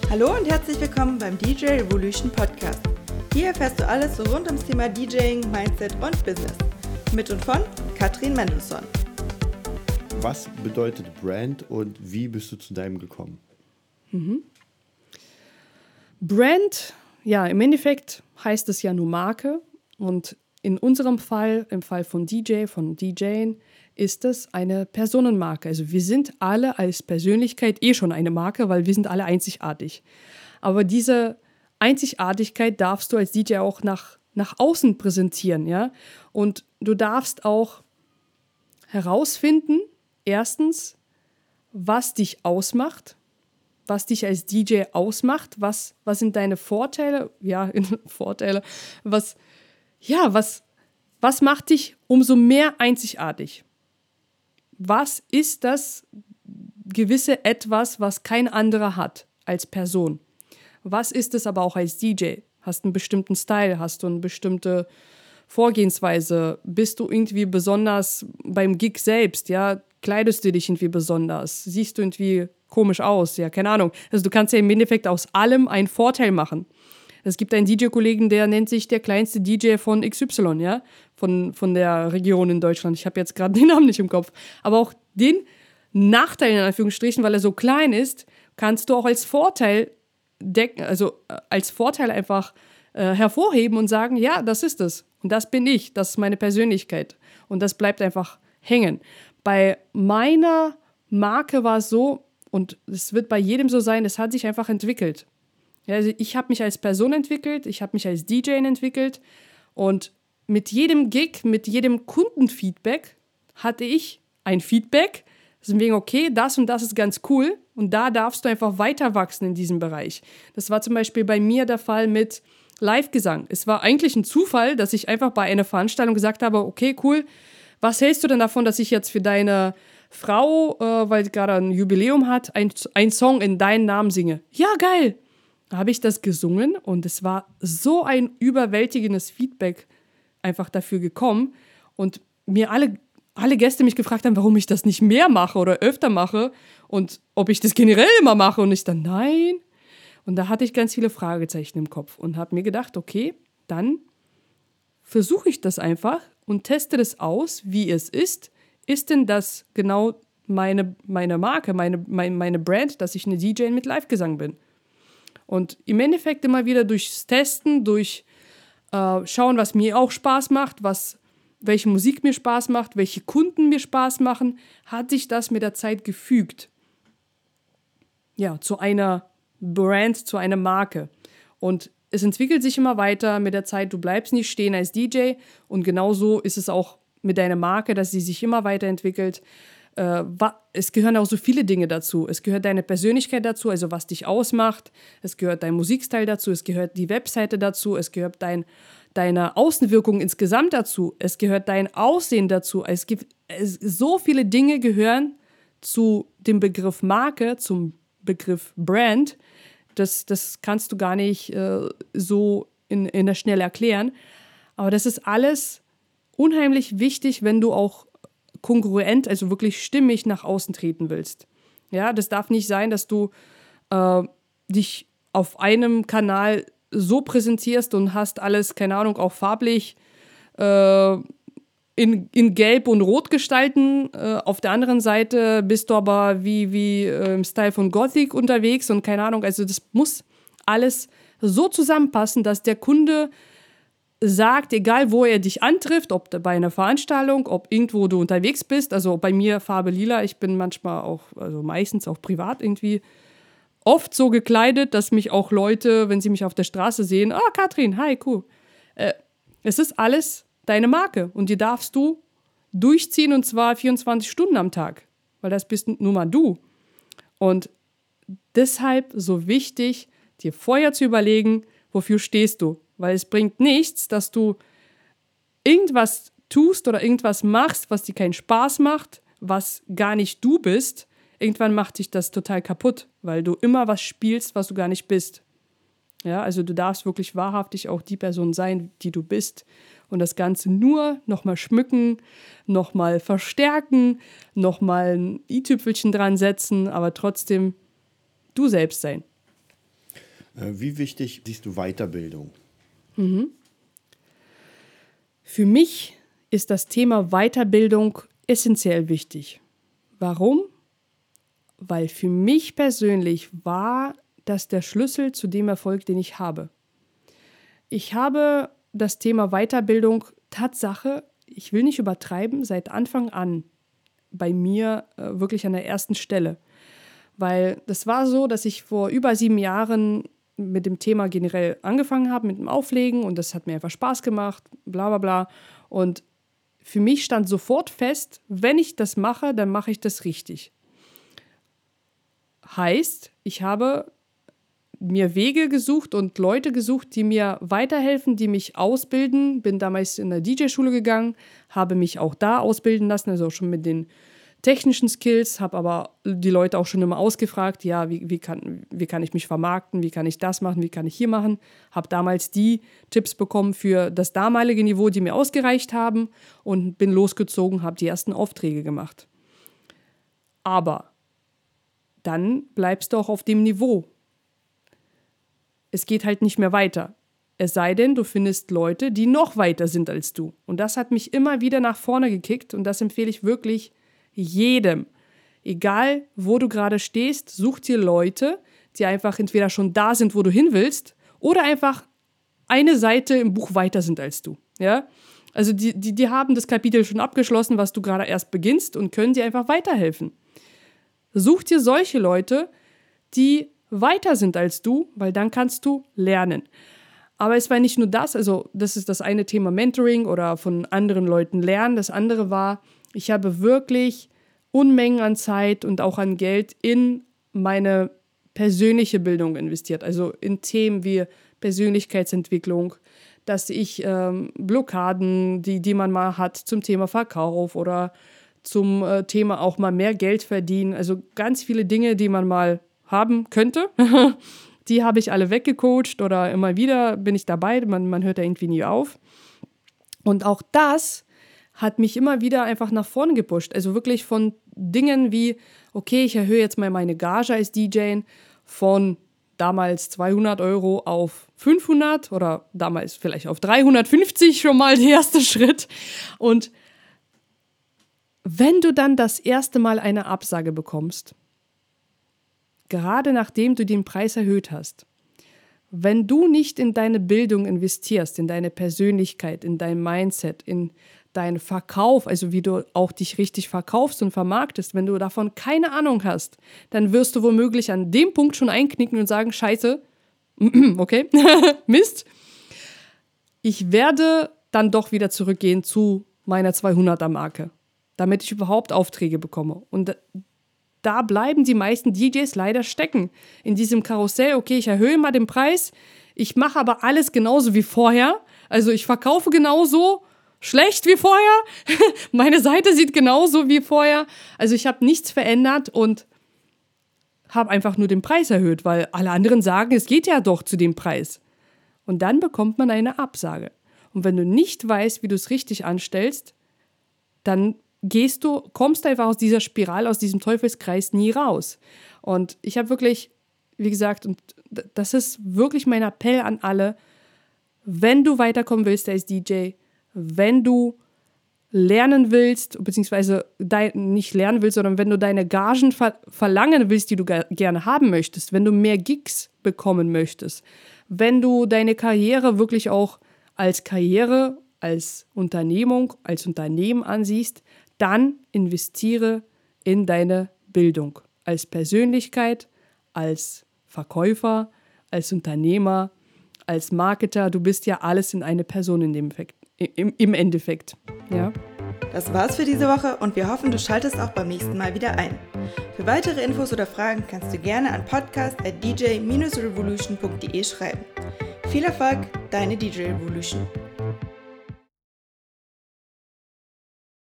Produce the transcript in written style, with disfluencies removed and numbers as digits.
Hallo und herzlich willkommen beim DJ Revolution Podcast. Hier erfährst du alles rund ums Thema DJing, Mindset und Business. Mit und von Katrin Mendelssohn. Was bedeutet Brand und wie bist du zu deinem gekommen? Brand, ja, im Endeffekt heißt es ja nur Marke. Und in unserem Fall, im Fall von DJing, ist es eine Personenmarke. Also wir sind alle als Persönlichkeit schon eine Marke, weil wir sind alle einzigartig. Aber diese Einzigartigkeit darfst du als DJ auch nach außen präsentieren, ja. Und du darfst auch herausfinden, erstens, was dich ausmacht, was dich als DJ ausmacht, was sind deine Vorteile, was macht dich umso mehr einzigartig? Was ist das gewisse Etwas, was kein anderer hat als Person? Was ist es aber auch als DJ? Hast du einen bestimmten Style? Hast du eine bestimmte Vorgehensweise? Bist du irgendwie besonders beim Gig selbst? Ja, kleidest du dich irgendwie besonders? Siehst du irgendwie komisch aus? Ja, keine Ahnung. Also du kannst ja im Endeffekt aus allem einen Vorteil machen. Es gibt einen DJ-Kollegen, der nennt sich der kleinste DJ von XY, ja, von der Region in Deutschland. Ich habe jetzt gerade den Namen nicht im Kopf. Aber auch den Nachteil, in Anführungsstrichen, weil er so klein ist, kannst du auch als Vorteil einfach hervorheben und sagen, ja, das ist es. Und das bin ich, das ist meine Persönlichkeit. Und das bleibt einfach hängen. Bei meiner Marke war es so, und es wird bei jedem so sein, es hat sich einfach entwickelt. Ja, also ich habe mich als Person entwickelt, ich habe mich als DJ entwickelt und mit jedem Gig, mit jedem Kundenfeedback hatte ich ein Feedback, deswegen okay, das und das ist ganz cool und da darfst du einfach weiter wachsen in diesem Bereich. Das war zum Beispiel bei mir der Fall mit Live-Gesang. Es war eigentlich ein Zufall, dass ich einfach bei einer Veranstaltung gesagt habe, okay, cool, was hältst du denn davon, dass ich jetzt für deine Frau, weil sie gerade ein Jubiläum hat, ein Song in deinen Namen singe? Ja, geil! Da habe ich das gesungen und es war so ein überwältigendes Feedback einfach dafür gekommen und mir alle Gäste mich gefragt haben, warum ich das nicht mehr mache oder öfter mache und ob ich das generell immer mache und ich dann, nein. Und da hatte ich ganz viele Fragezeichen im Kopf und habe mir gedacht, okay, dann versuche ich das einfach und teste das aus, wie es ist. Ist denn das genau meine Marke, meine Brand, dass ich eine DJ mit Live-Gesang bin? Und im Endeffekt immer wieder durchs Testen, durch schauen, was mir auch Spaß macht, welche Musik mir Spaß macht, welche Kunden mir Spaß machen, hat sich das mit der Zeit gefügt. Ja, zu einer Brand, zu einer Marke. Und es entwickelt sich immer weiter mit der Zeit. Du bleibst nicht stehen als DJ. Und genauso ist es auch mit deiner Marke, dass sie sich immer weiterentwickelt. Es gehören auch so viele Dinge dazu. Es gehört deine Persönlichkeit dazu, also was dich ausmacht. Es gehört dein Musikstil dazu. Es gehört die Webseite dazu. Es gehört deine Außenwirkung insgesamt dazu. Es gehört dein Aussehen dazu. So viele Dinge gehören zu dem Begriff Marke, zum Begriff Brand. Das kannst du gar nicht so in der Schnelle erklären. Aber das ist alles unheimlich wichtig, wenn du auch kongruent, also wirklich stimmig nach außen treten willst. Ja, das darf nicht sein, dass du dich auf einem Kanal so präsentierst und hast alles, keine Ahnung, auch farblich in Gelb und Rot gestalten. Auf der anderen Seite bist du aber wie im Style von Gothic unterwegs und keine Ahnung, also das muss alles so zusammenpassen, dass der Kunde sagt, egal wo er dich antrifft, ob bei einer Veranstaltung, ob irgendwo du unterwegs bist, also bei mir Farbe lila, ich bin manchmal auch, also meistens auch privat irgendwie oft so gekleidet, dass mich auch Leute, wenn sie mich auf der Straße sehen, Katrin, hi, cool. Es ist alles deine Marke und die darfst du durchziehen und zwar 24 Stunden am Tag, weil das bist nun mal du. Und deshalb so wichtig, dir vorher zu überlegen, wofür stehst du. Weil es bringt nichts, dass du irgendwas tust oder irgendwas machst, was dir keinen Spaß macht, was gar nicht du bist. Irgendwann macht dich das total kaputt, weil du immer was spielst, was du gar nicht bist. Ja, also du darfst wirklich wahrhaftig auch die Person sein, die du bist. Und das Ganze nur nochmal schmücken, nochmal verstärken, nochmal ein i-Tüpfelchen dran setzen, aber trotzdem du selbst sein. Wie wichtig siehst du Weiterbildung? Für mich ist das Thema Weiterbildung essentiell wichtig. Warum? Weil für mich persönlich war das der Schlüssel zu dem Erfolg, den ich habe. Ich habe das Thema Weiterbildung, Tatsache, ich will nicht übertreiben, seit Anfang an bei mir wirklich an der ersten Stelle. Weil das war so, dass ich vor über 7 Jahren mit dem Thema generell angefangen habe, mit dem Auflegen, und das hat mir einfach Spaß gemacht, bla bla bla. Und für mich stand sofort fest, wenn ich das mache, dann mache ich das richtig. Heißt, ich habe mir Wege gesucht und Leute gesucht, die mir weiterhelfen, die mich ausbilden. Bin damals in der DJ-Schule gegangen, habe mich auch da ausbilden lassen, also auch schon mit den technischen Skills, habe aber die Leute auch schon immer ausgefragt, ja, wie kann ich mich vermarkten, wie kann ich das machen, wie kann ich hier machen. Habe damals die Tipps bekommen für das damalige Niveau, die mir ausgereicht haben, und bin losgezogen, habe die ersten Aufträge gemacht. Aber dann bleibst du auch auf dem Niveau. Es geht halt nicht mehr weiter. Es sei denn, du findest Leute, die noch weiter sind als du. Und das hat mich immer wieder nach vorne gekickt, und das empfehle ich wirklich jedem. Egal, wo du gerade stehst, such dir Leute, die einfach entweder schon da sind, wo du hin willst, oder einfach eine Seite im Buch weiter sind als du. Ja? Also die haben das Kapitel schon abgeschlossen, was du gerade erst beginnst, und können dir einfach weiterhelfen. Such dir solche Leute, die weiter sind als du, weil dann kannst du lernen. Aber es war nicht nur das, also das ist das eine Thema Mentoring oder von anderen Leuten lernen. Das andere war, ich habe wirklich Unmengen an Zeit und auch an Geld in meine persönliche Bildung investiert. Also in Themen wie Persönlichkeitsentwicklung, dass ich Blockaden, die man mal hat zum Thema Verkauf oder zum Thema auch mal mehr Geld verdienen. Also ganz viele Dinge, die man mal haben könnte, die habe ich alle weggecoacht, oder immer wieder bin ich dabei. Man hört ja irgendwie nie auf. Und auch das hat mich immer wieder einfach nach vorne gepusht. Also wirklich von Dingen wie, okay, ich erhöhe jetzt mal meine Gage als DJ von damals 200 € auf 500 oder damals vielleicht auf 350, schon mal der erste Schritt. Und wenn du dann das erste Mal eine Absage bekommst, gerade nachdem du den Preis erhöht hast, wenn du nicht in deine Bildung investierst, in deine Persönlichkeit, in dein Mindset, in deinen Verkauf, also wie du auch dich richtig verkaufst und vermarktest, wenn du davon keine Ahnung hast, dann wirst du womöglich an dem Punkt schon einknicken und sagen, Scheiße, okay, Mist, ich werde dann doch wieder zurückgehen zu meiner 200er-Marke, damit ich überhaupt Aufträge bekomme. Und da bleiben die meisten DJs leider stecken. In diesem Karussell, okay, ich erhöhe mal den Preis, ich mache aber alles genauso wie vorher. Also ich verkaufe genauso schlecht wie vorher. Meine Seite sieht genauso wie vorher. Also ich habe nichts verändert und habe einfach nur den Preis erhöht, weil alle anderen sagen, es geht ja doch zu dem Preis. Und dann bekommt man eine Absage. Und wenn du nicht weißt, wie du es richtig anstellst, dann kommst du einfach aus dieser Spirale, aus diesem Teufelskreis nie raus. Und ich habe wirklich, wie gesagt, und das ist wirklich mein Appell an alle, wenn du weiterkommen willst als DJ, wenn du lernen willst, beziehungsweise nicht lernen willst, sondern wenn du deine Gagen verlangen willst, die du gerne haben möchtest, wenn du mehr Gigs bekommen möchtest, wenn du deine Karriere wirklich auch als Karriere, als Unternehmung, als Unternehmen ansiehst, dann investiere in deine Bildung als Persönlichkeit, als Verkäufer, als Unternehmer, als Marketer. Du bist ja alles in eine Person im Endeffekt. Ja? Das war's für diese Woche und wir hoffen, du schaltest auch beim nächsten Mal wieder ein. Für weitere Infos oder Fragen kannst du gerne an podcast@dj-revolution.de schreiben. Viel Erfolg, deine DJ Revolution.